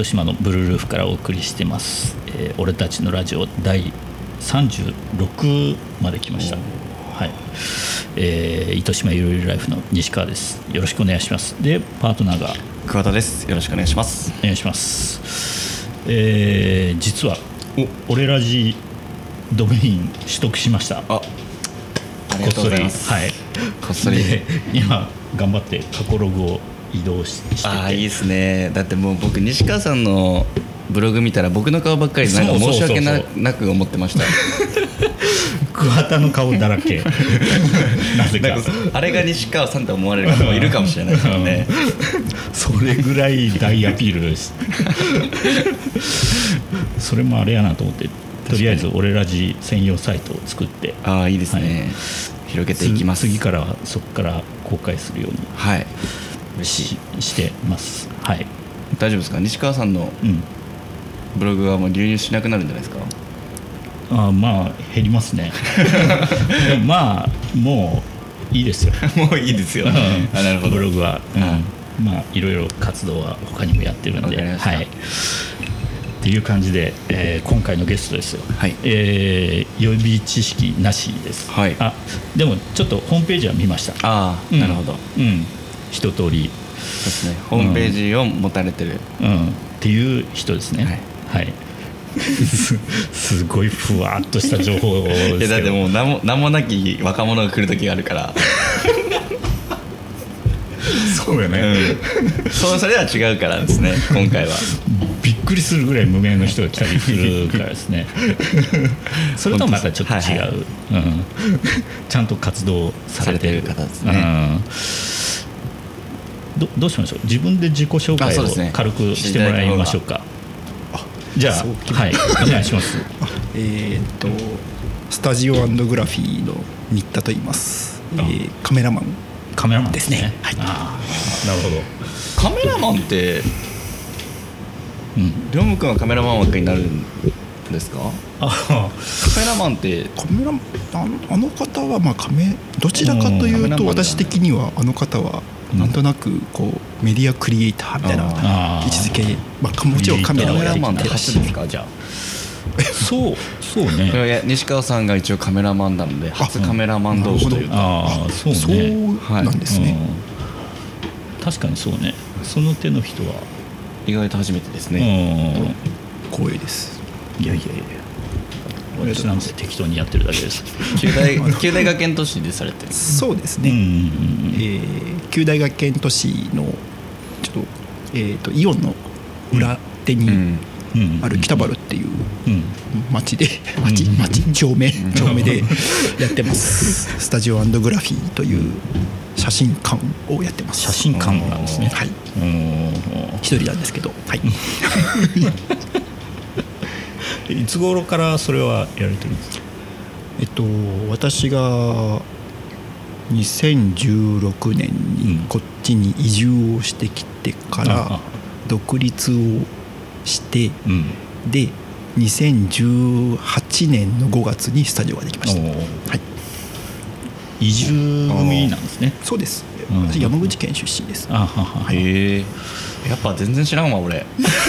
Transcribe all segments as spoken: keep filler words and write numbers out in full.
糸島のブルールーフからお送りしてます、えー、俺たちのラジオだいさんじゅうろくまで来ました。はい、えー、糸島ゆるゆるライフの西川です。よろしくお願いします。でパートナーが桑田です。よろしくお願いします。 お願いします。えー、実は俺ラジドメイン取得しました。 あ、ありがとうございます。 はい、 こっそりで今頑張って過去ログを移動 し, しててああいいですね。だってもう僕西川さんのブログ見たら僕の顔ばっかりなんか申し訳 な, そうそうそうそうなく思ってました桑田の顔だらけなぜかなんかあれが西川さんと思われる方もいるかもしれないからねそれぐらい大アピールですそれもあれやなと思ってとりあえず俺ラジ専用サイトを作って、 ああいいですね、はい、広げていきます。 次からはそこから公開するように、 はい、 し, してます。はい、 大丈夫ですか。西川さんのブログはもう流入しなくなるんじゃないですか。 ああまあ減りますねでもまあもういいですよもういいですよ、うん、あなるほど。 ブログは、うん、まあいろいろ活動は他にもやってるので、はい、っていう感じで、えー、今回のゲストですよ、はい、えー、予備知識なしです、はい、あでもちょっとホームページは見ました。 ああ、うん、なるほど、 うん、一通りそうですね、ホームページを持たれてる、 うんうん、っていう人ですね。はい、はいす, すごいふわっとした情報ですけどだってもう名 も, 名もなき若者が来る時があるからそうよね、 うん、そうそれは違うからですね今回はびっくりするぐらい無名の人が来たりするからですねそれとはまたちょっと違う、はいはい、うん、ちゃんと活動されてる方ですね、 うん、ど, どうしましょう。自分で自己紹介を軽くしてもらいましょうか。じゃあ、はい、お願いしますえーとスタジオ&グラフィーの新田と言います、えー、カメラマンカメラマンですね。 はい、 あなるほど。 カメラマンってりょうむくんはカメラマン枠になるんですか。あカメラマンってカメラあの、あの方はまあカメどちらかというと私的にはあの方はなんとなくこうメディアクリエイターみたいな位置づけ、まあ、もちろんカメラをやっていらっしゃるんですか。 じゃあそうそうね。 いや西川さんが一応カメラマンなので初カメラマン同士というか、 ああそうね、 そうなんですね、 うん、確かにそうね。その手の人は意外と初めてですね、 うん、光栄です。 いやいやいや私なんて適当にやってるだけです九大九大学園都市でされてる。 そうですね、うんうんうん、えー、九大学園都市のちょっと、えー、とイオンの裏手にある北原っていう町で町町町名町名でやってますスタジオ&グラフィーという写真館をやってます。 写真館なんですね。 はい、一人なんですけど、はいいつ頃からそれはやられてるんですか。 えっと私がにせんじゅうろくねんにこっちに移住をしてきてから独立をして、うん、でにせんじゅうはちねんのごがつにスタジオができました。はい、 移住組なんですね。 そうです。私山口県出身です。 あははへえ。やっぱ全然知らんわ俺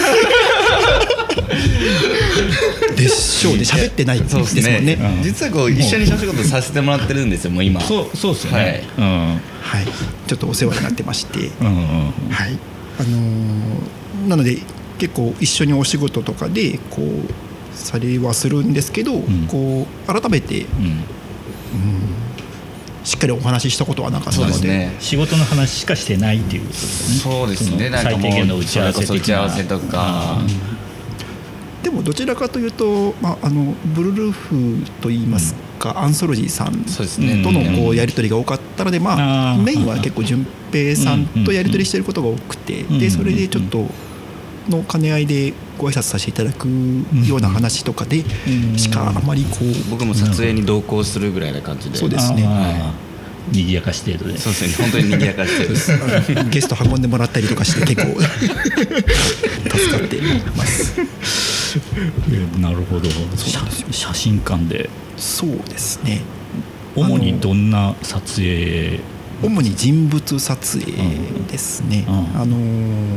でしょうね。喋ってないですもんね。 ね、うん、実はこう一緒にお仕事させてもらってるんですよ。もう今そうそうですよね、 はいうん、 はい、ちょっとお世話になってましてうん、うん、 はい、あのー、なので結構一緒にお仕事とかでこうされはするんですけど、うん、こう改めて、うんうん、しっかりお話ししたことはなかったの で, そうです、ね、仕事の話しかしてないっていうことですね。 そうですね。 なんかもう最低限の打ち合わせ的な打ち合わせとか、 うん、でもどちらかというと、まあ、あのブルルーフといいますか、うん、アンソロジーさんとのこうやり取りが多かったので、まあ、メインは結構順平さんとやり取りしていることが多くて、でそれでちょっとの兼ね合いでご挨拶させていただくような話とかでしかあまりこう僕も撮影に同行すするぐらいな感じで。 そうですね、 にぎやかし程度で。 そうですね、本当ににぎやかし程度ですゲスト運んでもらったりとかして結構助かってます。 なるほど。写真館で。 そうですね。 主にどんな撮影？ 主に人物撮影ですね。うん、あの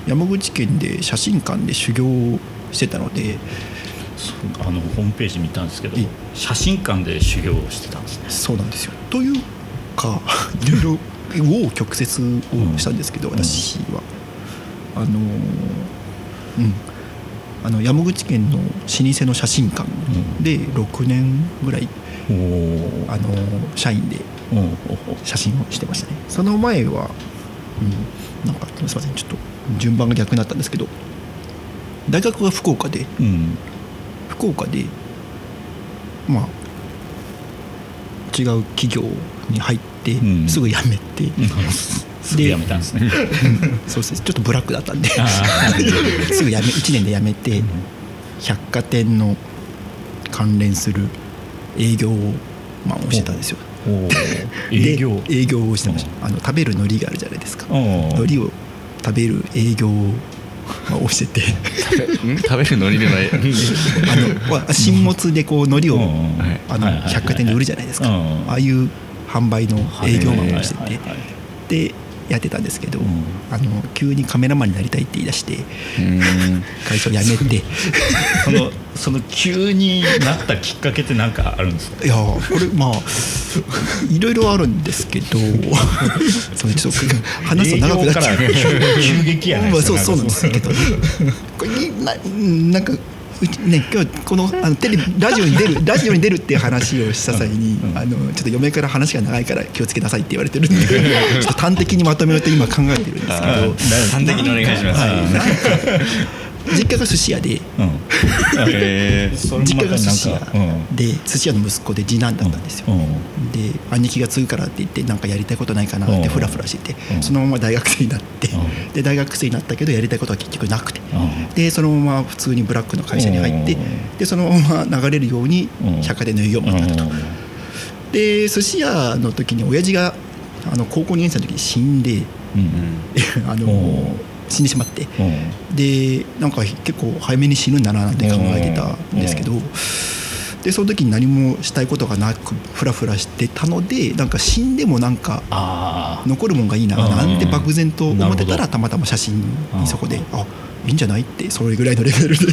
山口県で写真館で修行をしてたので、 あのホームページ見たんですけど写真館で修行をしてたんですね。 そうなんですよ。というかいろいろ紆余曲折をしたんですけど、うん、私はあの、うん、あの山口県の老舗の写真館でろくねんぐらい、うん、あの社員で写真をしてましたね。その前は、うん、なんかすいませんちょっと順番が逆になったんですけど、大学が福岡で、うん、福岡でまあ違う企業に入って、うん、すぐ辞めて、うん、 すぐ辞めたんですねそうですね、ちょっとブラックだったんですぐ辞めいちねんで辞めて、うん、百貨店の関連する営業を、まあ、してたんですよ。 営業営業をしてました。あの食べる海苔があるじゃないですか。海苔を食べる営業をまあ、してて食べる海苔でないあの新物でこう海苔をあの百貨店で売るじゃないですか。ああいう販売の営業マンをしててでやってたんですけど、あの急にカメラマンになりたいって言い出して会社を辞めてそのその急になったきっかけって何かあるんですか？ いやこれまあいろいろあるんですけどそれちょっと話すと長くなっちゃう急激やないですか。 そうそうなんですけどこれななんかうちね、今日このあのテレビラジオに出るラジオに出るっていう話をした際に、うんうん、あのちょっと嫁から話が長いから気をつけなさいって言われてるんでちょっと端的にまとめようと今考えてるんですけど、 端的にお願いします。 実家が寿司屋で、うんえー、実家が寿司屋で寿司屋の息子で次男だったんですよ、うん、で兄貴が継ぐからって言ってなんかやりたいことないかなってフラフラしてて、うん、そのまま大学生になって、うん、で大学生になったけどやりたいことは結局なくて、うん、でそのまま普通にブラックの会社に入って、うん、でそのまま流れるように百貨店の営業マンになったと、うん、で寿司屋の時に親父があの高校にねん生の時に死んで、うん、あの、うん死んでしまって、うん、でなんか結構早めに死ぬんだななんて考えてたんですけど、でその時に何もしたいことがなくフラフラしてたのでなんか死んでもなんか残るもんがいいななんて漠然と思ってたらたまたま写真にそこであいいんじゃないってそれぐらいのレベルで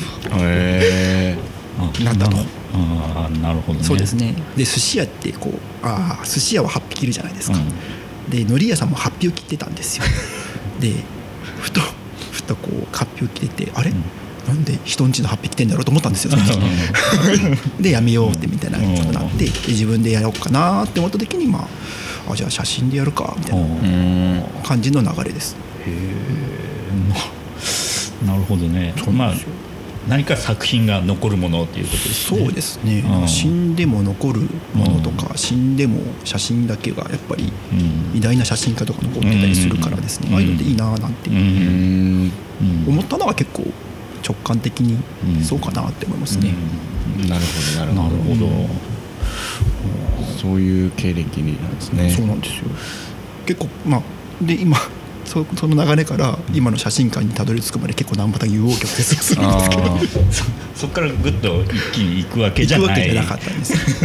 なったと。 あなるほどね。 そうですね。で寿司屋ってこうあ寿司屋ははっぴ切るじゃないですか、うん、で海苔屋さんもはっぴを切ってたんですよでふとふとこうはっぴを切れてあれ、うん、なんで人んちのはっぴ着てんだろうと思ったんですよでやめようってみたいなことになってで自分でやろうかなって思った時にまあ、あじゃあ写真でやるかみたいな感じの流れです。 へえなるほどね。まあ何か作品が残るものっていうことですね。 そうですね、うん、死んでも残るものとか、うん、死んでも写真だけがやっぱり偉大な写真家とか残ってたりするからですね、うん、ああいうのでいいななんて思ったのは結構直感的にそうかなって思いますね、 うんうん、なるほどなるほど、うん、そういう経歴になんですね。 そうなんですよ。結構まあで今そ, その流れから今の写真館にたどり着くまで結構何パターン紆余曲折するんですけどそ, そこからぐっと一気に行くわけじゃない行くわけじゃなかったんです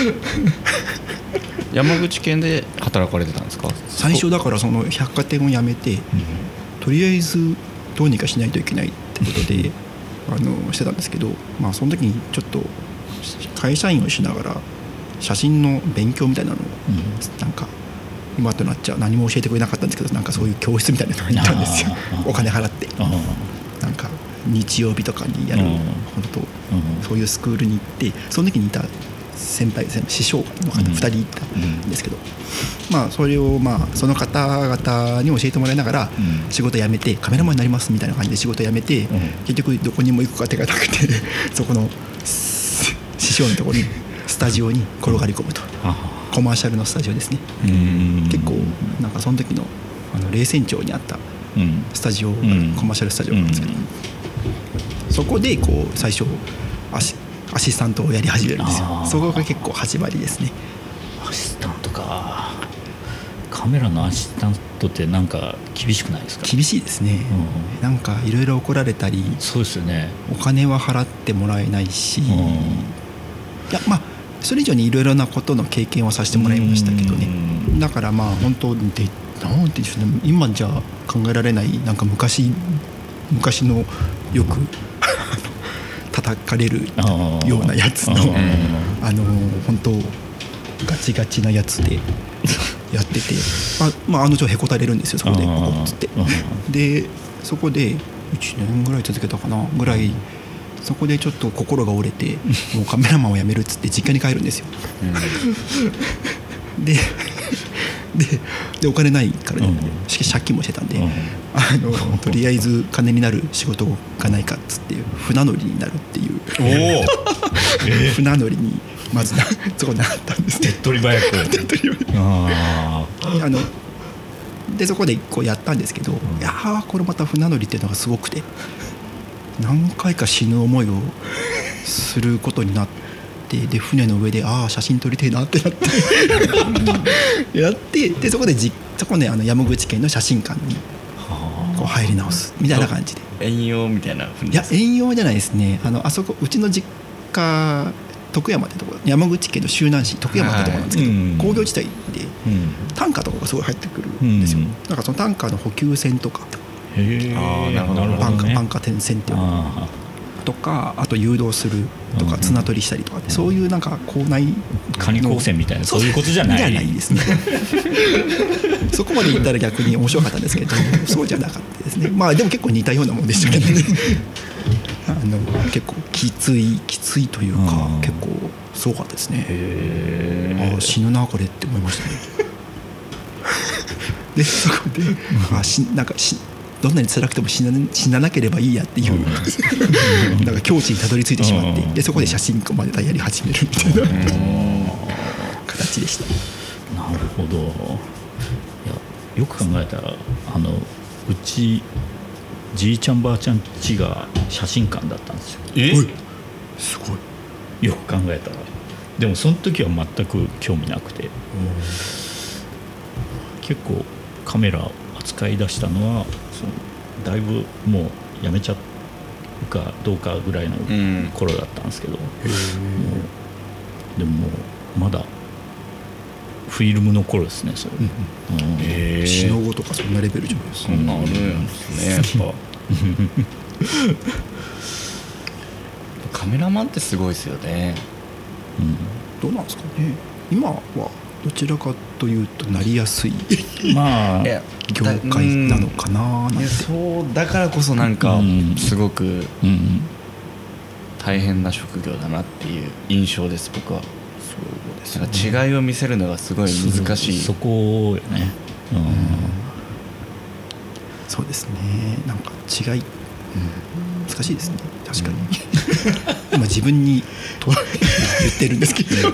山口県で働かれてたんですか？ 最初だからその百貨店を辞めて、うん、とりあえずどうにかしないといけないってことであのしてたんですけど、まあ、その時にちょっと会社員をしながら写真の勉強みたいなのをなんか今となっちゃ何も教えてくれなかったんですけどなんかそういう教室みたいなのが行ったんですよお金払ってなんか日曜日とかにやる本当そういうスクールに行ってその時にいた先輩師匠の方ふたりいたんですけど、まあそれをまあその方々に教えてもらいながら仕事辞めてカメラマンになりますみたいな感じで仕事辞めて結局どこにも行くか手がなくてそこの師匠のところにスタジオに転がり込むとコマーシャルのスタジオですね。結構なんかその時のあの冷泉町にあったスタジオ、コマーシャルスタジオなんですけど、そこでこう最初アシ、アシスタントをやり始めるんですよ。そこが結構始まりですね。 アシスタントか。カメラのアシスタントってなんか厳しくないですか？ 厳しいですね、うん、なんかいろいろ怒られたり、 そうですよね、 お金は払ってもらえないし、うん、いやまあそれ以上にいろいろなことの経験をさせてもらいましたけどね。だからまあ本当でなんていうんでしょうね、今じゃ考えられないなんか昔昔のよく叩かれるようなやつのあの本当ガチガチなやつでやってて、あ、まあ、あの女へこたれるんですよ、そこでポコッつって。でそこでいちねんぐらい続けたかなぐらい、そこでちょっと心が折れてもうカメラマンを辞めるっつって実家に帰るんですよ、うん、でででお金ないからね、うん、借金もしてたんで、うん、あのとりあえず金になる仕事がないかっつって船乗りになるっていうお、えー、船乗りにまずなそこになったんです手っ取り早く手っ取り早くああのでそこでこうやったんですけど、うん、いやーこれまた船乗りっていうのがすごくて何回か死ぬ思いをすることになって、で船の上でああ写真撮りてえなってなってやってでそこでじそこねあの山口県の写真館にこう入り直すみたいな感じで遠洋みたいな。いや遠洋じゃないですね。あのあそこうちの実家徳山ってところ、山口県の周南市徳山ってところなんですけど、はい、工業地帯で、うん、単価とかがすごい入ってくるんですよ、うん、だからその単価の補給船とかへあなるほど、ね、 パンカパンカ船っていうのとか、あと誘導するとか綱取りしたりとか、うん、そういうなんか校内カニ高専みたいなそういうことじゃないじゃないですねそこまで言ったら逆に面白かったんですけどそうじゃなかったですね。まあでも結構似たようなもんでしたけどねあの結構きついきついというか、うん、結構すごかったですね。へあ死ぬなこれって思いましたねでそこで、うん、あしなんかしどんなに辛くても死 な, 死ななければいいやっていう、うん、なんか境地にたどり着いてしまって、うん、でそこで写真家までやり始めるみたいな、うん、形でした。 なるほど。いやよく考えたらあのうちじいちゃんばあちゃん家が写真館だったんですよ。 えすごいよく考えたら。でもその時は全く興味なくて、うん、結構カメラ扱い出したのはそのだいぶもうやめちゃうかどうかぐらいの頃だったんですけど、うん、もうでももうまだフィルムの頃ですねそれ、うんうん、へ死の後とかそんなレベルじゃないですか。 そんなあるんですねやっぱカメラマンってすごいですよね、 うん、どうなんですかね今はどちらかというとなりやすいまあ業界なのかななんて、うん、 そうだからこそなんかすごく大変な職業だなっていう印象です僕は。そうですね、違いを見せるのがすごい難しいそ, そこよね、うんうん、 そうですねなんか違い、うん、難しいですね確かに、うん、今自分にと言ってるんですけど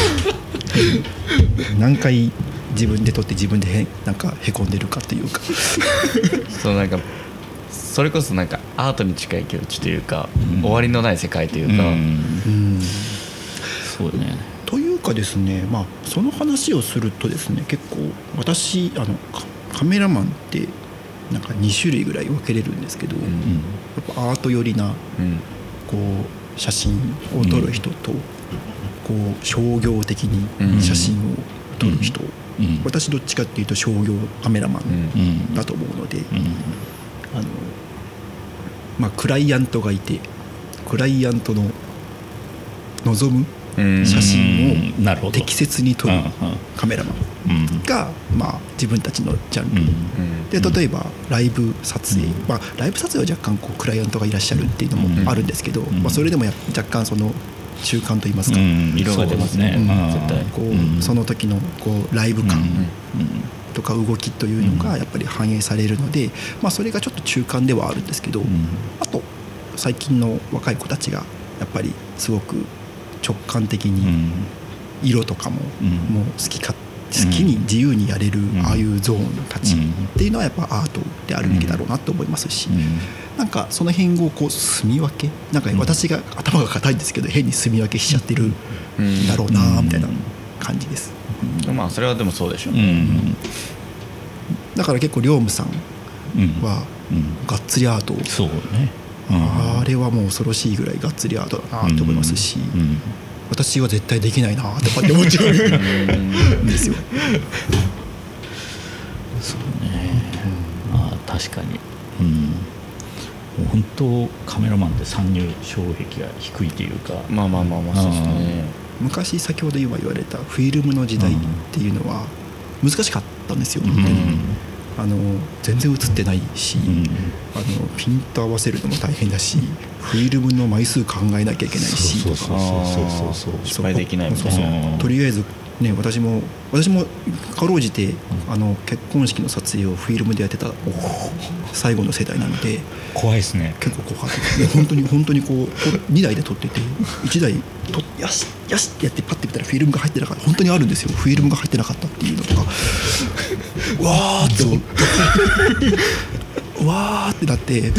何回自分で撮って自分でへなんかへこんでるかっていうかそうなんかそれこそなんかアートに近い境地というか、うん、終わりのない世界というか、うんうん、 そうねというかですね、まあ、その話をするとですね結構私あの カ, カメラマンってなんかに種類ぐらい分けれるんですけど、うん、やっぱアート寄りな、うん、こう写真を撮る人と、うん、こう商業的に写真を撮る人、うん、私どっちかっていうと商業カメラマンだと思うので、うんうん、あのまあ、クライアントがいてクライアントの望む写真を適切に撮るカメラマンが、まあ、自分たちのジャンルで、例えばライブ撮影、まあ、ライブ撮影は若干こうクライアントがいらっしゃるっていうのもあるんですけど、まあ、それでもや若干その中間といいますか、 色が出ますね、絶対こうその時のこうライブ感とか動きというのがやっぱり反映されるので、まあ、それがちょっと中間ではあるんですけど、あと最近の若い子たちがやっぱりすごく直感的に色とかももう好きか好きに自由にやれるああいうゾーンたちっていうのはやっぱアートであるべきだろうなと思いますし、なんかその辺をこう住み分けなんか私が頭が硬いんですけど変に住み分けしちゃってるんだろうなみたいな感じです。 まあそれはでもそうでしょうね。 だから結構龍武さんはがっつりアートをそうねあれはもう恐ろしいぐらいがっつりアートだなと思いますし、うんうん、私は絶対できないなとかって思っちゃうんですよ。 そうね、まあ確かに、うん、 本当カメラマンって参入障壁が低いというか、 まあまあまあまあそうですね。 昔先ほど今言われたフィルムの時代っていうのは難しかったんですよ、うん、あの全然映ってないし、うん、あのピント合わせるのも大変だし、フィルムの枚数考えなきゃいけないしとか、 失敗できないみたいな。 とりあえずね、私も私もかろうじてあの結婚式の撮影をフィルムでやってた最後の世代なので、 怖いですね。 結構怖かった。本当に本当にこうにだいで撮ってて、いちだいとよしよしってやってパッて見たらフィルムが入ってなかった。本当にあるんですよ、フィルムが入ってなかったっていうのとかうわーって思ってうわーってなって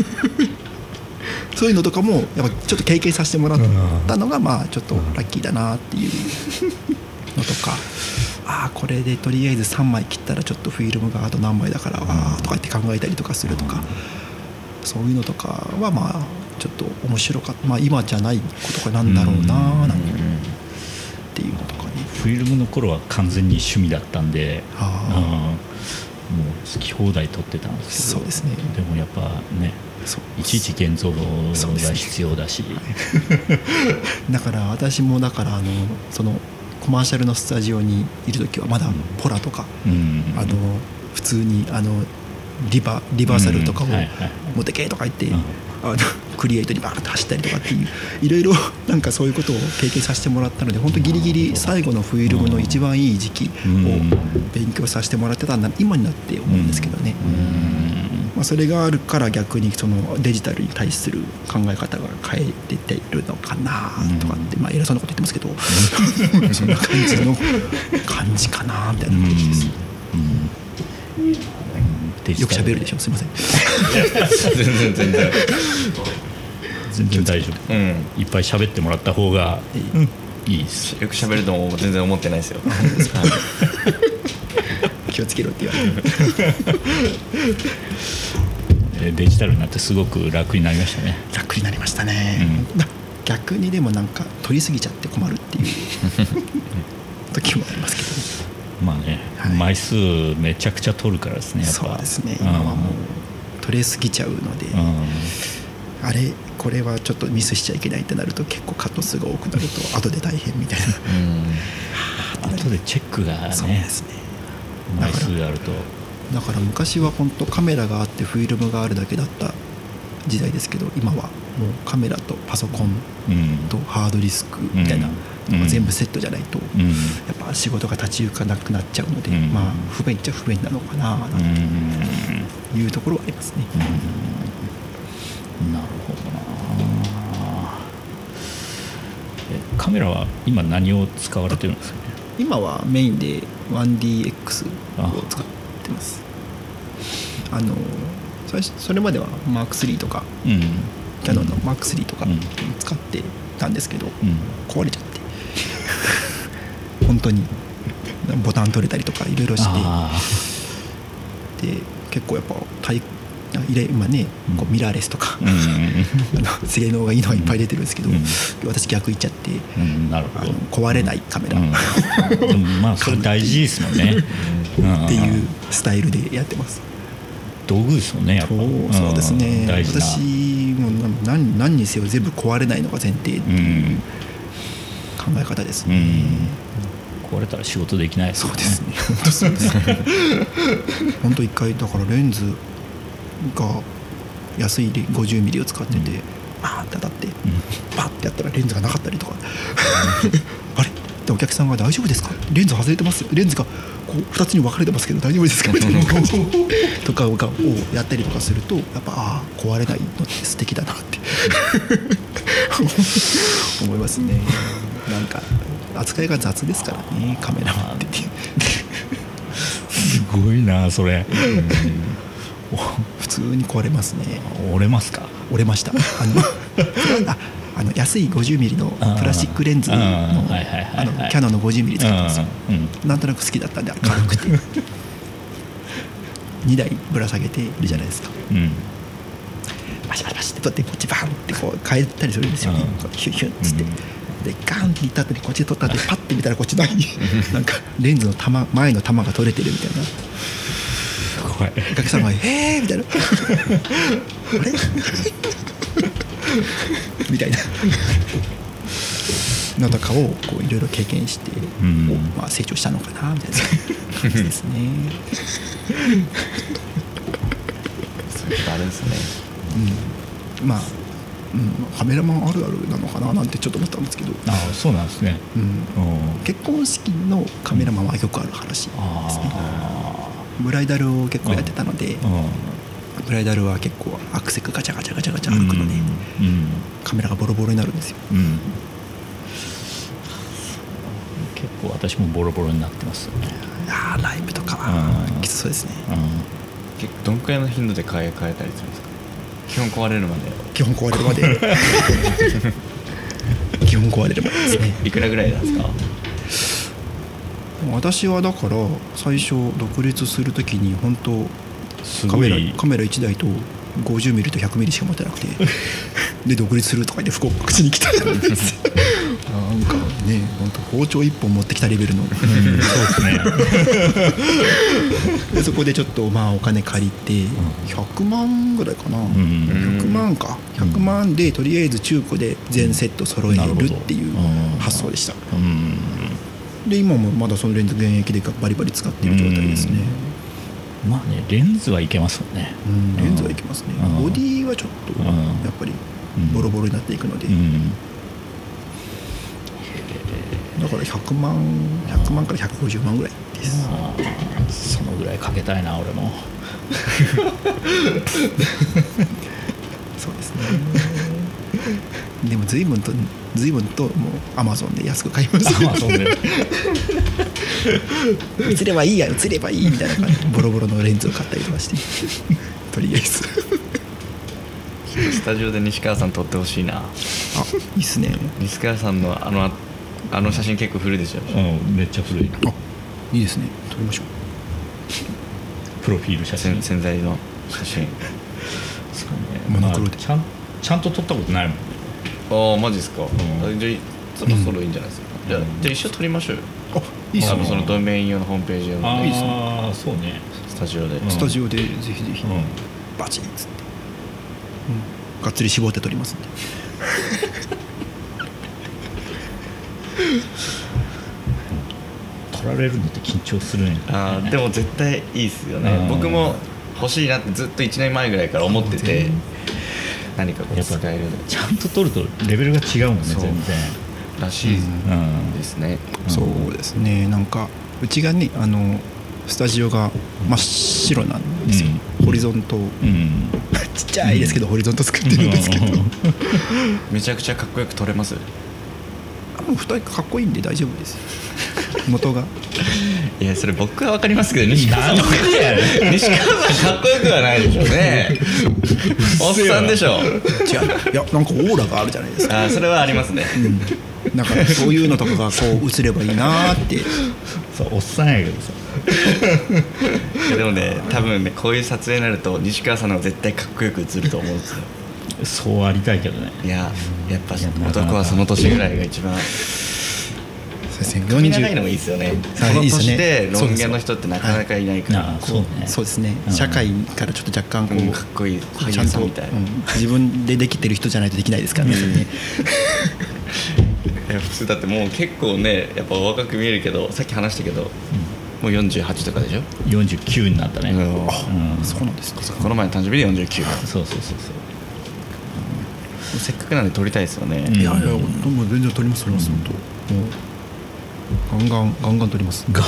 そういうのとかもやっぱちょっと経験させてもらったのがまあちょっとラッキーだなっていうのとか、ああこれでとりあえずさんまい切ったらちょっとフィルムがあと何枚だからあとかって考えたりとかするとか、そういうのとかはまあちょっと面白かった。まあ今じゃないことがなんだろうななんていうのとかね。 フィルムの頃は完全に趣味だったんで、ああもう好き放題撮ってたんですけど、 そうですね。 でもやっぱね、いちいち現像が必要だし、ね、 だから私もだからあのそのコマーシャルのスタジオにいる時はまだポラとか、うん、あの普通にあのリバリバーサルとかを持ってけとか言って、うんはいはい、あのクリエイトにバーッと走ったりとかっていういろいろなんかそういうことを経験させてもらったので、本当ギリギリ最後のフィルムの一番いい時期を勉強させてもらってたんだ今になって思うんですけどね。まあ、それがあるから逆にそのデジタルに対する考え方が変えていっているのかなとかって、まあ偉そうなこと言ってますけどそんな感じの感じかなみたいな感じです。よく喋るでしょ、すみません全然全然全然大丈夫、うん、いっぱい喋ってもらった方がいいです。 よく喋るとも全然思ってないですよ気をつけろって言われてデジタルになってすごく楽になりましたね。 楽になりましたね、うん、逆にでもなんか取りすぎちゃって困るっていう時もありますけどね。 まあね、はい、枚数めちゃくちゃ取るからですね。やっぱそうですね、今はもう取れすぎちゃうので、うん、あれこれはちょっとミスしちゃいけないってなると結構カット数が多くなると後で大変みたいな、 うん、後でチェックがね、 そうですね、 枚数あると。 だから昔は本当カメラがあってフィルムがあるだけだった時代ですけど、今はもうカメラとパソコンとハードディスクみたいなのが全部セットじゃないとやっぱ仕事が立ち行かなくなっちゃうので、まあ不便っちゃ不便なのかななんていうところはありますね。 なるほどな。えカメラは今何を使われてるんですかね。 今はメインで ワンディーエックス を使ってます。あの最初それまでは マークスリー とか、うん、キャノンの マークスリー とか使ってたんですけど、うん、壊れちゃって本当にボタン取れたりとかいろいろしてで結構やっぱ対今ねこうミラーレスとか、うん、あの性能がいいのがいっぱい出てるんですけど、うん、私逆行っちゃって、うん、なるほど、あの壊れないカメラ、うん、 でもまあそれ大事ですもんねっていうスタイルでやってます。 道具ですよね、やっぱ。 そうですね、私も 何, 何にせよ全部壊れないのが前提っていう考え方ですね、 うん、壊れたら仕事できないですよね。そうですね、本当そうです本当一回だからレンズが安いごじゅうミリを使ってて、うん、バーって当たって、うん、バーってやったらレンズがなかったりとかあれってお客さんが大丈夫ですか、レンズ外れてますよ、レンズがこうふたつに分かれてますけど大丈夫ですかみたいな感じとかをやったりとかするとやっぱああ壊れないのって素敵だなって思いますね。なんか扱いが雑ですからねカメラってすごいなそれ、 うん、普通に壊れますね。 折れますか。 折れました。あのああの安いごじゅうミリのプラスチックレンズのキャノンのごじゅうミリ使ってますよ、うん、なんとなく好きだったんで軽くてにだいぶら下げてるじゃないですか、うん、バシバシバシって取ってこっちバンってこう変えたりするんですよね、うん、ヒュッヒュッつって、うん、でガンっていった後にこっちで取った後にパッて見たらこっちないなんかレンズの玉前の玉が取れてるみたいな。 す怖い。 お客さんが「えー!」みたいな「あれ?」みたいなのとかをこういろいろ経験して、うん、まあ、成長したのかなみたいな感じですね。 そういうことあるんですね。 うん、まあ、うん、カメラマンあるあるなのかななんてちょっと思ったんですけど。 ああ、そうなんですね。 うん、結婚式のカメラマンはよくある話ですね。うん、ブライダルを結構やってたので、ブライダルは結構アクセクガチャガチャガチャガチャ歩くので、うんうん、カメラがボロボロになるんですよ。うん、 結構私もボロボロになってますよね。 あ、ライブとかはきつそうですね。うん、 結構どんくらいの頻度で買い替えたりするんですか？基本壊れるまで。 基本壊れるまで基本壊れるまでですね。 いくらぐらいなんですか？ 私はだから最初独立するときに本当カメラ、カメラいちだいとごじゅうミリとひゃくミリしか持ってなくてで独立するとか言って福岡口に来たんですよ。なんかね、本当包丁いっぽん持ってきたレベルの、うん、そうですねでそこでちょっとまあお金借りてひゃくまんぐらいかな、うん、ひゃくまんかひゃくまんでとりあえず中古で全セット揃えるっていう発想でした。うん、で今もまだそのレンズ現役でバリバリ使っている状態ですね。 うん、まあね、レンズはいけますもんね。 うん、レンズはいけますね。ボディはちょっとやっぱりボロボロになっていくので、うん、だからひゃくまんひゃくまんからひゃくごじゅうまんぐらいです。 そのぐらいかけたいな俺もそうですね。でも随分と随分ともうアマゾンで安く買います。アマゾンで映ればいいや映ればいいみたいな感じでボロボロのレンズを買ったりとかしてとりあえずスタジオで西川さん撮ってほしいな。あ、 いいっすね。 西川さんのあのあの写真結構古いでしょ。 うん、めっちゃ古い。 あ、いいですね。撮りましょう。プロフィール写真、 潜在の写真そうね、モノクロで、まあ、ちゃんちゃんと撮ったことないもんね。 ああ、マジですか。うん、じゃあそろそろいいんじゃないですか。うん、じゃあ、じゃあ一緒撮りましょうよ。 あ、いいっすね。 そのドメイン用のホームページ用の。 ああ、 いいっすね。 ああ、そうね。 スタジオで、 うん、スタジオでぜひぜひ、うん、バチッつって、うん、がっつり絞って撮りますんで撮られるのって緊張するんや、ね、 あでも絶対いいっすよね。僕も欲しいなってずっといちねんまえぐらいから思ってて、何かこう使えるちゃんと撮るとレベルが違うもんね。全然らしいですね。 うん、そうですね。なんかうちがね、あのスタジオが真っ白なんですよ。うん、ホリゾント、うん、ちっちゃいですけど、うん、ホリゾント作ってるんですけど、うん、 めちゃくちゃかっこよく撮れます。 あのふたりかっこいいんで大丈夫ですよ元が。 いや、それ僕は分かりますけど、西川さん西川さんかっこよくはないでしょうねおっさんでしょ。違う、 いや、なんかオーラがあるじゃないですか。 あ、それはありますね。 うん、だからそういうのとかがこう映ればいいなって。 そう、おっさんやけどさいやでもね、多分ね、こういう撮影になると西川さんの方が絶対かっこよく映ると思うんですよ。 そうありたいけどね。 いや、やっぱ男はその年ぐらいが一番。髪長いのもいいですよね。その年でロン毛の人ってなかなかいないから。 そうですね。社会からちょっと若干こう、 うん、かっこいい俳優さんみたいな、うん、 自分でできてる人じゃないとできないですからね。うん、いや普通だってもう結構ね、やっぱ若く見えるけど、さっき話したけど、うん、もうよんじゅうはちとかでしょ。 よんじゅうきゅうになったね。うん、 あ、うん、そうなんですか。 この前の誕生日でよんじゅうきゅう。 そうそうそうそう。 せっかくなんで撮りたいですよね。 いやいや、もう全然撮ります撮ります。本当。もうガンガンガンガン撮ります。ガン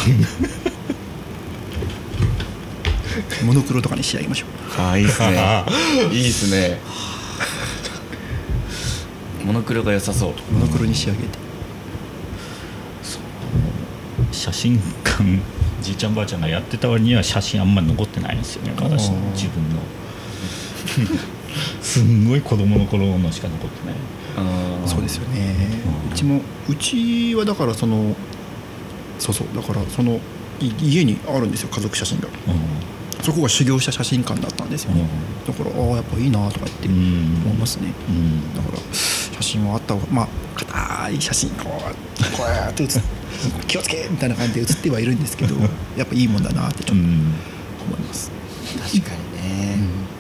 モノクロとかに仕上げましょう。 ああ、いいですねいいですねモノクロが良さそう。 モノクロに仕上げて、 写真館じいちゃんばあちゃんがやってた割には写真あんまり残ってないんですよね。私の自分のすんごい子供の頃のしか残ってない。 あ、そうですよね。うちもうちはだからそのそうそうだからその家にあるんですよ、家族写真が。うん、そこが修行した写真館だったんですよね。うん、だからああやっぱいいなとか言って思いますね。うん、だから写真はあった方が、まあ硬い写真こうこうやって写気をつけみたいな感じで写ってはいるんですけどやっぱいいもんだなってちょっと思います。 確かにね、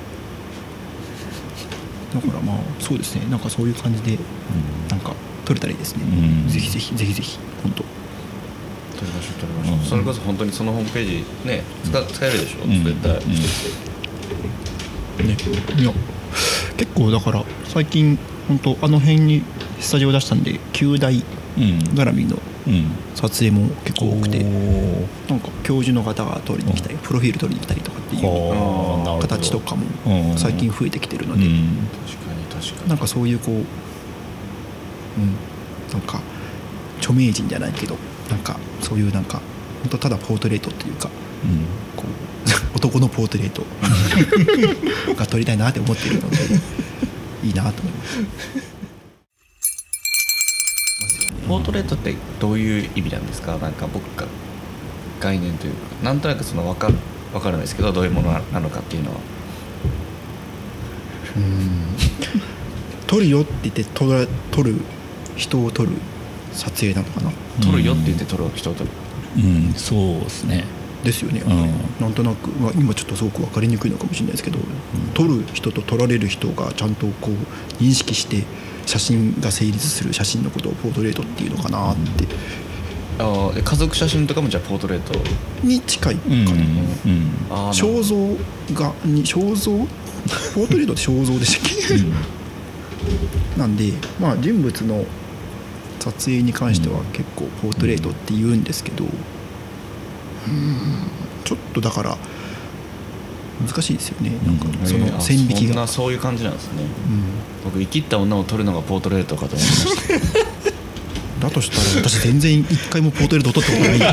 うん、だからまあそうですね、なんかそういう感じでなんか撮れたらいいですね、うん、ぜひぜひぜひぜひ本当撮りましょう撮りましょう、うん、それこそ本当にそのホームページね 使, 使えるでしょ、うん、絶対、うんね、いや結構だから最近本当あの辺にスタジオ出したんで旧大絡みの撮影も結構多くて、うん、なんか教授の方が撮りに来たり、うん、プロフィール撮りに来たりとかっていう形とかも最近増えてきてるので、うん、 確かに確かになんかそういうこう、うん、なんか著名人じゃないけどなんかそういうなんか本当ただポートレートっていうか、うん、こう男のポートレートが撮りたいなって思っているのでいいなと思います。 ポートレートってどういう意味なんですか？なんか僕が概念というかなんとなくその分かる分かるんですけどどういうものなのかっていうのはうーん撮るよって言って撮る、撮る人を撮る撮影なのかな。 撮るよって言って撮る人を撮る、 うん、そうですねですよね、うん、なんとなく、まあ、今ちょっとすごく分かりにくいのかもしれないですけど、うん、撮る人と撮られる人がちゃんとこう認識して写真が成立する写真のことをポートレートっていうのかなって、 うん、あ家族写真とかもじゃあポートレートに近いかな、うんうん、あ肖像がに肖像ポートレートって肖像でしたっけ、うん、なんで、まあ、人物の撮影に関しては結構ポートレートって言うんですけど、うん、ちょっとだから難しいですよね、なんかその線引きが、 そんなそういう感じなんですね、うん、僕生きった女を撮るのがポートレートかと思いましただとしたら私全然一回もポートレート撮ったことない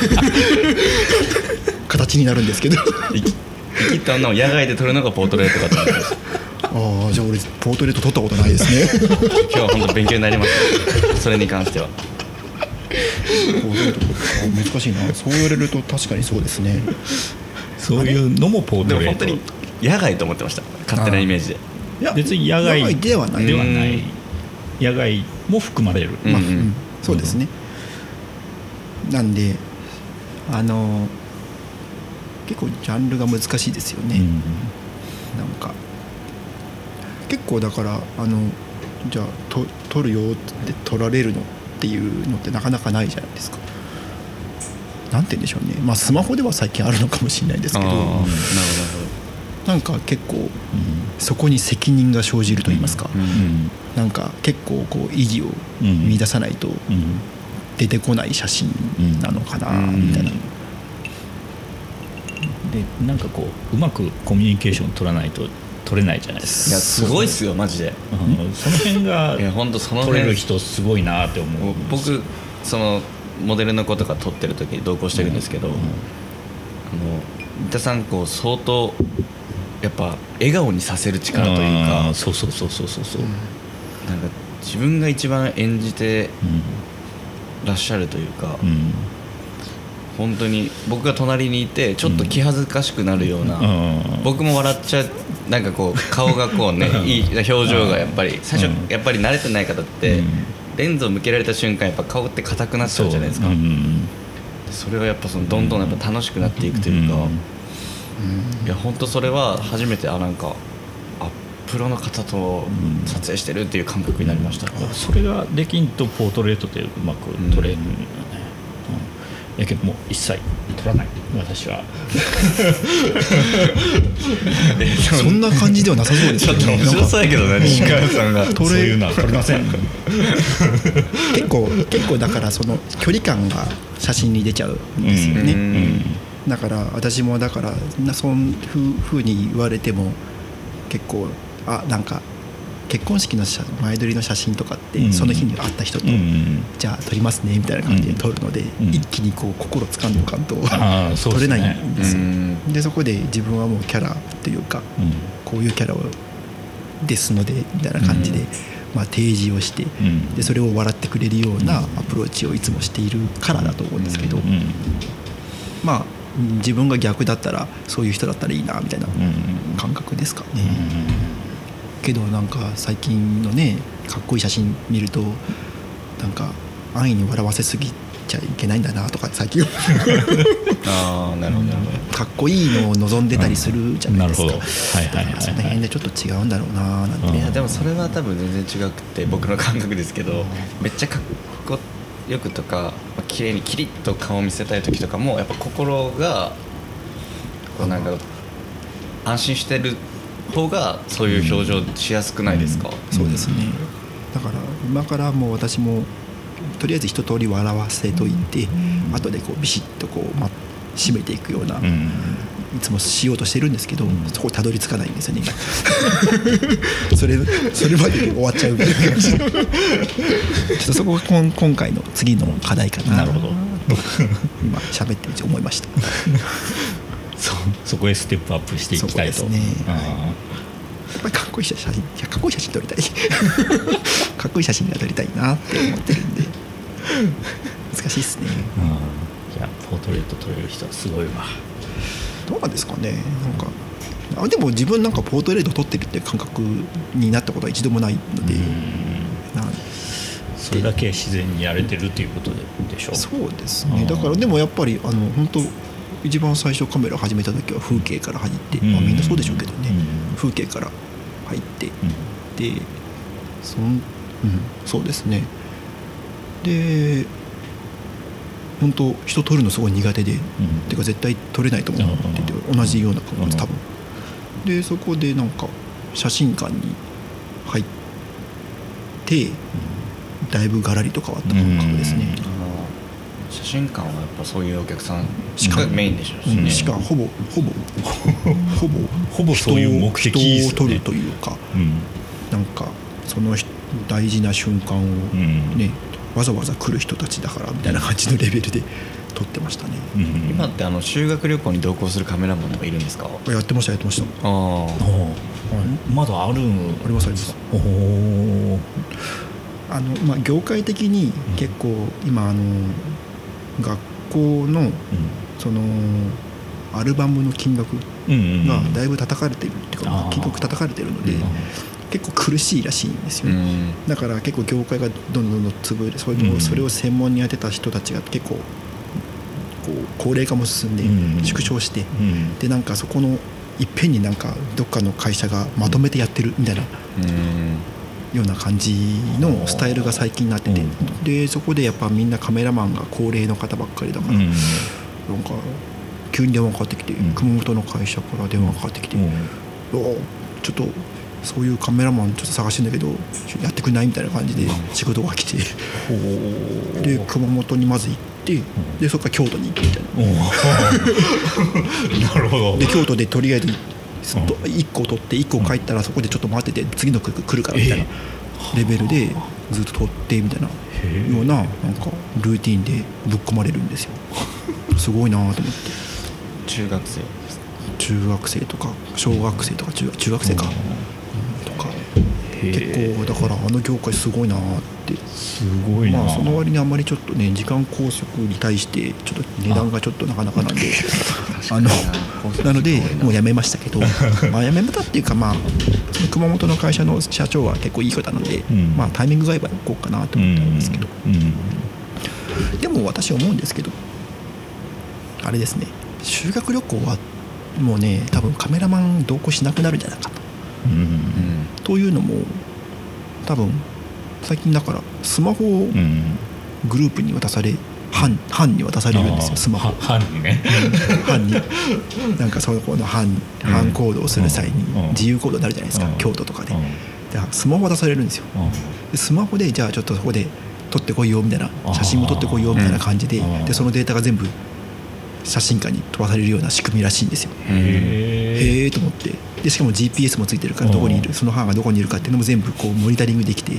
形になるんですけど生きった女を野外で撮るのがポートレートかと思いましたああ、じゃあ俺ポートレート撮ったことないですね今日は本当勉強になりましたそれに関してはポートレート難しいな、そう言われると確かにそうですねそういうのもポートレート。 でも本当に野外と思ってました、勝手なイメージで。 いや別に野外、 野外ではないではない野外も含まれる、 まあうんうん、そうですね、うん、なんであの結構ジャンルが難しいですよね、うん、なんか結構だからあのじゃあと撮るよって撮られるのっていうのってなかなかないじゃないですか。なんて言うんでしょうね、まあスマホでは最近あるのかもしれないですけど、なるほどなんか結構、うん、そこに責任が生じると言いますか、うん、なんか結構こう意義を見出さないと出てこない写真なのかなみたいな、 でなんかこううまくコミュニケーション取らないと取れないじゃないですか。 いやすごいっすよマジで、 うん、その辺がいや本当その辺取れる人すごいなって思う。 僕そのモデルの子とか撮ってる時に同行してるんですけど、うんうん、あの三田さんこう相当やっぱ笑顔にさせる力というか、 そうそうそうそうそうそう、 なんか自分が一番演じてらっしゃるというか、うん、本当に僕が隣にいてちょっと気恥ずかしくなるような、うん、僕も笑っちゃう、なんかこう顔がこうねいい表情がやっぱり最初やっぱり慣れてない方って、うん、レンズを向けられた瞬間やっぱ顔って硬くなっちゃうじゃないですか。 そ,、うん、それがやっぱそのどんどんやっぱ楽しくなっていくというか、うんうん、いや本当それは初めてあなんかあプロの方と撮影してるっていう感覚になりました、 うん、それができんとポートレートでうまく撮れる、うんうん、やけどもう一切撮らない私はそんな感じではなさそうですよね。ちょっと面白そうやけどね西川さんがそういうのは撮れません結構結構だからその距離感が写真に出ちゃうんですよね、うんうん、だから私もだからそういうふうに言われても結構あなんか結婚式の前撮りの写真とかってその日に会った人とじゃあ撮りますねみたいな感じで撮るので一気にこう心つかんどかんと撮れないんですよ。でそこで自分はもうキャラというかこういうキャラですのでみたいな感じでまあ提示をしてでそれを笑ってくれるようなアプローチをいつもしているからだと思うんですけど、まあ自分が逆だったらそういう人だったらいいなみたいな感覚ですかね。けどなんか最近のねかっこいい写真見るとなんか安易に笑わせすぎちゃいけないんだなとか最近ああなるほど、 かっこいいのを望んでたりするじゃないですか、 うん、なるほど、はいはいはいはい、 その辺でちょっと違うんだろうななんて、うん、 いやでもそれは多分全然違くて僕の感覚ですけど、めっちゃかっこよくとか綺麗にキリッと顔を見せたい時とかもやっぱ心がこうなんか安心してる方がそういう表情しやすくないですか、 うんうん、そうですね。だから今からもう私もとりあえず一通り笑わせといて、うん、後でこうビシッとこう、ま、締めていくような、うん、いつもしようとしてるんですけど、うん、そこたどり着かないんですよねそれそれまで終わっちゃうみたいな感じちょっとそこが今今回の次の課題かな。 なるほど今喋ってみて思いましたそ, そこへステップアップしていきたいと。 そうですね、はい、やっぱりかっこいい写真かっこいい写真撮りたいかっこいい写真が撮りたいなって思ってるんで難しいですね、 うん、いやポートレート撮れる人はすごいわ。 どうなんですかね。なんかあでも自分なんかポートレート撮ってるって感覚になったことは一度もないので、うんなんそれだけ自然にやれてるっていうことでしょう。 そうですね。だからでもやっぱりあの本当一番最初カメラ始めた時は風景から入って、まあ、みんなそうでしょうけどね、うん、風景から入って、うん、でそん、うん、そうですね。で本当人撮るのすごい苦手で、うん、てか絶対撮れないと思ってて、うん、同じような感覚多分、うん、でそこでなんか写真館に入って、うん、だいぶガラリと変わった感覚ですね、うん写真館はやっぱそういうお客さんしかメインでしょうしね、 うん、しかほぼほぼほぼほぼそういう目的ですね。 人を撮るというか、うん、なんかその大事な瞬間をね、うん、わざわざ来る人たちだからみたいな感じのレベルで撮ってましたね、 うん、今ってあの修学旅行に同行するカメラマンとかいるんですか？ やってましたやってました。ああ、はい、 まだあるんありますあります。おおあの、まあ、業界的に結構今あの学校のそのアルバムの金額がだいぶ叩かれてるっていうか金額叩かれてるので結構苦しいらしいんですよね。だから結構業界がどんどんどんどん潰れそれとそれを専門にやってた人たちが結構こう高齢化も進んで縮小してでなんかそこのいっぺんになんかどっかの会社がまとめてやってるみたいなような感じのスタイルが最近になってて、うん、でそこでやっぱみんなカメラマンが高齢の方ばっかりだから、うん、なんか急に電話かかってきて、うん、熊本の会社から電話かかってきて、うん、ちょっとそういうカメラマンちょっと探してんだけどやってくれないみたいな感じで仕事が来て、うん、で熊本にまず行ってでそこから京都に行くみたいななるほど。 で京都でとりあえずいっこ取っていっこ帰ったらそこでちょっと待ってて次の来るからみたいなレベルでずっと取ってみたいなようななんかルーティンでぶっ込まれるんですよすごいなと思って。 中学生中学生とか小学生とか中学、中学生かとか結構だからあの業界すごいなってすごいな、 まあ、その割にあんまりちょっとね時間拘束に対してちょっと値段がちょっとなかなかなんであのなのでもう辞めましたけどまあ辞めたっていうかまあその熊本の会社の社長は結構いい方なので、うん、まあタイミングが合えば行こうかなと思ったんですけど、うんうん、でも私思うんですけどあれですね修学旅行はもうね多分カメラマン同行しなくなるんじゃないかと、うんうん、というのも多分最近だからスマホをグループに渡され班, 班に渡されるんですよスマホ班にね班になんかそのの班班行動をする際に自由行動になるじゃないですか京都とかででスマホ渡されるんですよでスマホでじゃあちょっとそこで撮ってこいよみたいな写真も撮ってこいよみたいな感じででそのデータが全部写真館に飛ばされるような仕組みらしいんですよへえと思ってでしかも ジーピーエス もついてるからどこにいるその班がどこにいるかっていうのも全部こうモニタリングできて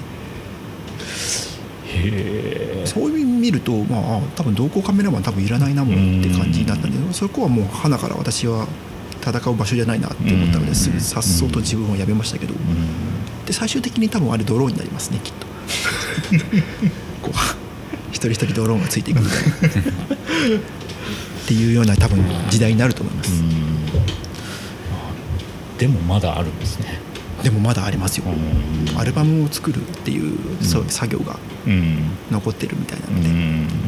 へそういう意味見ると、まあ、多分同行カメラマン多分いらないなもんって感じになったんでそこはもう花から私は戦う場所じゃないなって思ったのですぐさっそうと自分をやめましたけどで最終的に多分あれドローンになりますねきっとこう一人一人ドローンがついていくみたいなっていうような多分時代になると思います。 うんでもまだあるんですね。 ででもまだありますよ、うん、アルバムを作るっていう、うん、そういう作業が残ってるみたいなので、うん、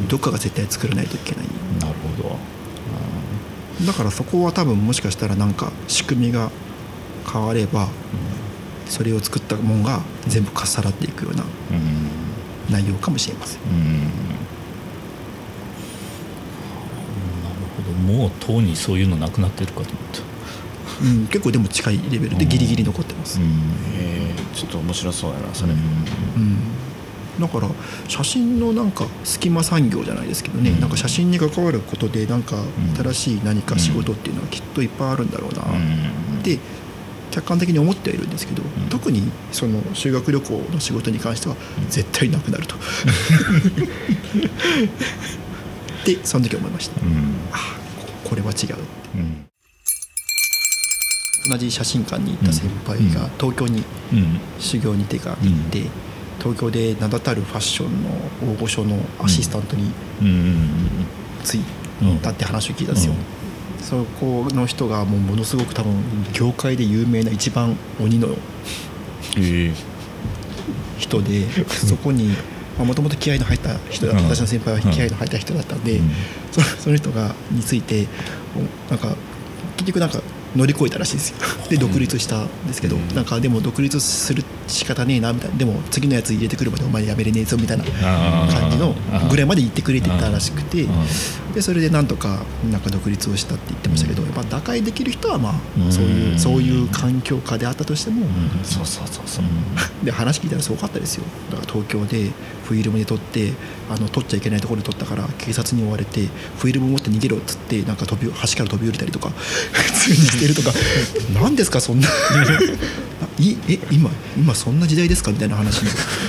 どっかが絶対作らないといけない。 なるほど、 うん、だからそこは多分もしかしたらなんか仕組みが変われば、うん、それを作ったものが全部かっさらっていくような内容かもしれません、うんうん、なるほど。もうとうにそういうのなくなってるかと思った。 うん、結構でも近いレベルでギリギリ残ってます、うん、 へー、ちょっと面白そうやなそれ、うんうんだから写真のなんか隙間産業じゃないですけどね、うん、なんか写真に関わることでなんか新しい何か仕事っていうのはきっといっぱいあるんだろうなって客観的に思ってはいるんですけど、うん、特にその修学旅行の仕事に関しては絶対なくなるとでその時思いました、うん、ああこれは違うって、うん同じ写真館に行った先輩が東京に修行に手が行って、東京で名だたるファッションの大御所のアシスタントについたって話を聞いたんですよ。そこの人がもうものすごく多分業界で有名な一番鬼の人で、そこにもともと気合いの入った人だった、私の先輩は気合いの入った人だったんで、その人がについてなんか結局なんか乗り越えたらしいですよ。で独立したんですけど、なんかでも独立する仕方ねえなみたいな、でも次のやつ入れてくるまでお前やめれねえぞみたいな感じのぐらいまで言ってくれてたらしくて、でそれでなんとかなんか独立をしたって言ってましたけど、やっぱ打開できる人はまあそういうそういう環境下であったとしても、 そうそうそうそうで話聞いたらすごかったですよ。だから東京でフィルムで撮ってあの撮っちゃいけないところで撮ったから警察に追われてフィルム持って逃げろっつってなんか飛び橋から飛び降りたりとか普通にしてるとか何ですかそんないえ今今そんな時代ですかみたいな話の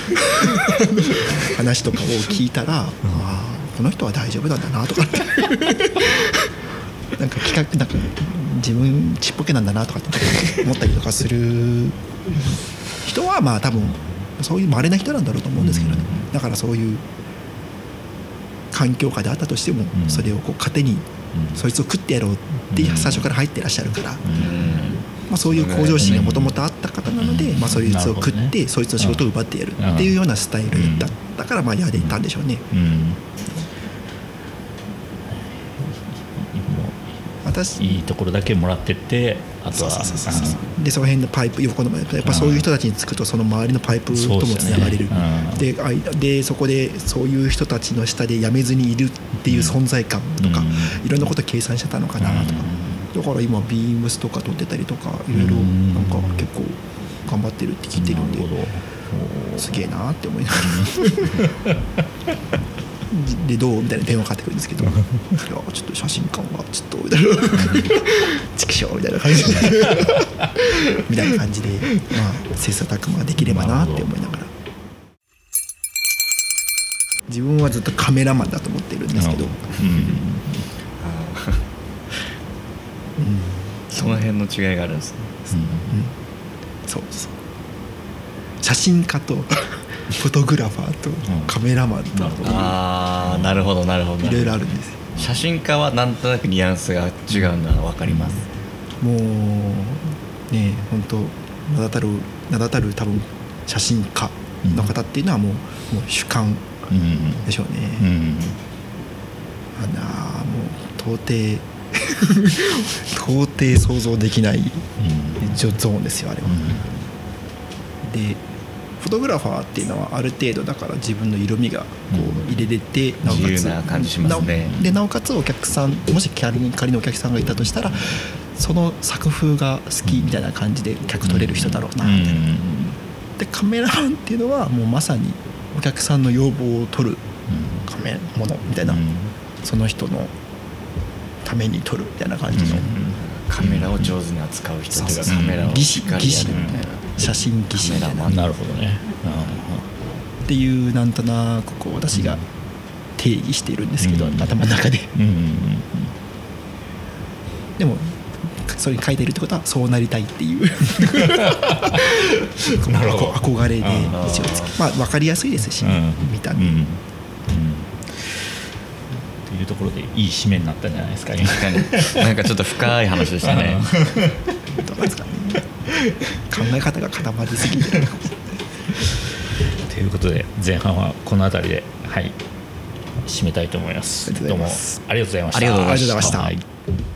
話とかを聞いたら、うん、あこの人は大丈夫なんだなとかってなんか企画なんか自分ちっぽけなんだなとかって思ったりとかする人はまあ多分そういう稀な人なんだろうと思うんですけどね、うん、だからそういう環境下であったとしても、うん、それをこう糧に、うん、そいつを食ってやろうって最初から入ってらっしゃるから、うんまあ、そういう向上心がもともとあった方なので、うんまあ、そいつを食って、ね、そいつの仕事を奪ってやるっていうようなスタイルだったからまあやれたんでしょうね、うんうん私いいところだけもらってってあとはでその辺のパイプ横のやっぱそういう人たちにつくとその周りのパイプともつながれる、で, でそこでそういう人たちの下でやめずにいるっていう存在感とか、うん、いろんなこと計算してたのかなとか、うん、だから今ビームスとか撮ってたりとかいろいろなんか結構頑張ってるって聞いてるんで、うん、すげえなって思いながらでどうみたいな電話かかってくるんですけどいやちょっと写真館はちょっとみたいな畜生みたいな感じでみたいな感じでまあ切磋琢磨できればなって思いながら、自分はずっとカメラマンだと思ってるんですけど、うんうん、 その辺の違いがあるんですね、うんうん、 そうそう写真家とフォトグラファーとカメラマンと、うん、 ああなるほどなるほどいろいろあるんですよ。 写真家はなんとなくニュアンスが違うのは分かります、 うん、もうね本当名だたる名だたる多分写真家の方っていうのはもう、もう主観でしょうね、うんうん、あなもう到底到底想像できないゾーンですよあれは、うん、でフォトグラファーっていうのはある程度だから自分の色味がこう入れれて、 うん、なおかつ自由な感じしますね。 でなおかつお客さんもし仮に仮にお客さんがいたとしたらその作風が好きみたいな感じで客取れる人だろうなみたいな、うん、でカメラマンっていうのはもうまさにお客さんの要望を取るカメラものみたいな、うん、その人のために撮るみたいな感じの、うん、 カメラを上手に扱う人というかカメラをしっかりやるみたいな、 写真技師みたいな、 なるほどね、 っていうなんとなくこう私が定義しているんですけど、うん、頭の中で、うんうんうん、でもそれに書いてるってことはそうなりたいっていう憧れで一応つき、まあ分かりやすいですし、ね、うん、見た目、うんうん、 というところでいい締めになったんじゃないですか。 確かになんかちょっと深い話でしたねどうなんですかね考え方が固まりすぎてるということで前半はこの辺りで、はい、締めたいと思います。どうもありがとうございました。 ありがとうございました。 はい。